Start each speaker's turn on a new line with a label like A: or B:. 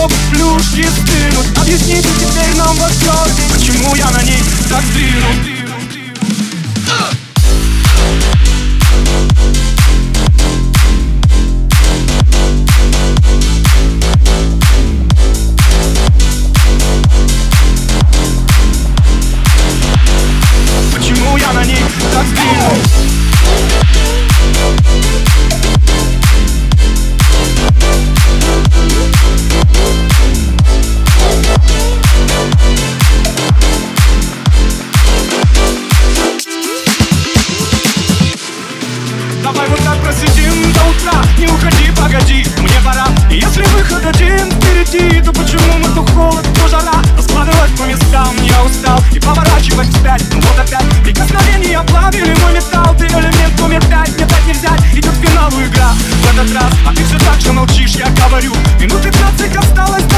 A: чтоб плюшки стынут. Объясните теперь нам вопрос, почему я на них так двинут. Почему я на них так двинут? Давай вот так просидим до утра, не уходи, погоди, мне пора. И если выход один впереди, то почему мы то холод, то жара? Раскладывать по местам я устал и поворачивать вспять. Ну вот опять прикосновения плавили мой металл. Ты элемент номер 5, мне так не взять. Идет к финалу игра в этот раз, а ты все так же молчишь, я говорю. Минут 15 осталось.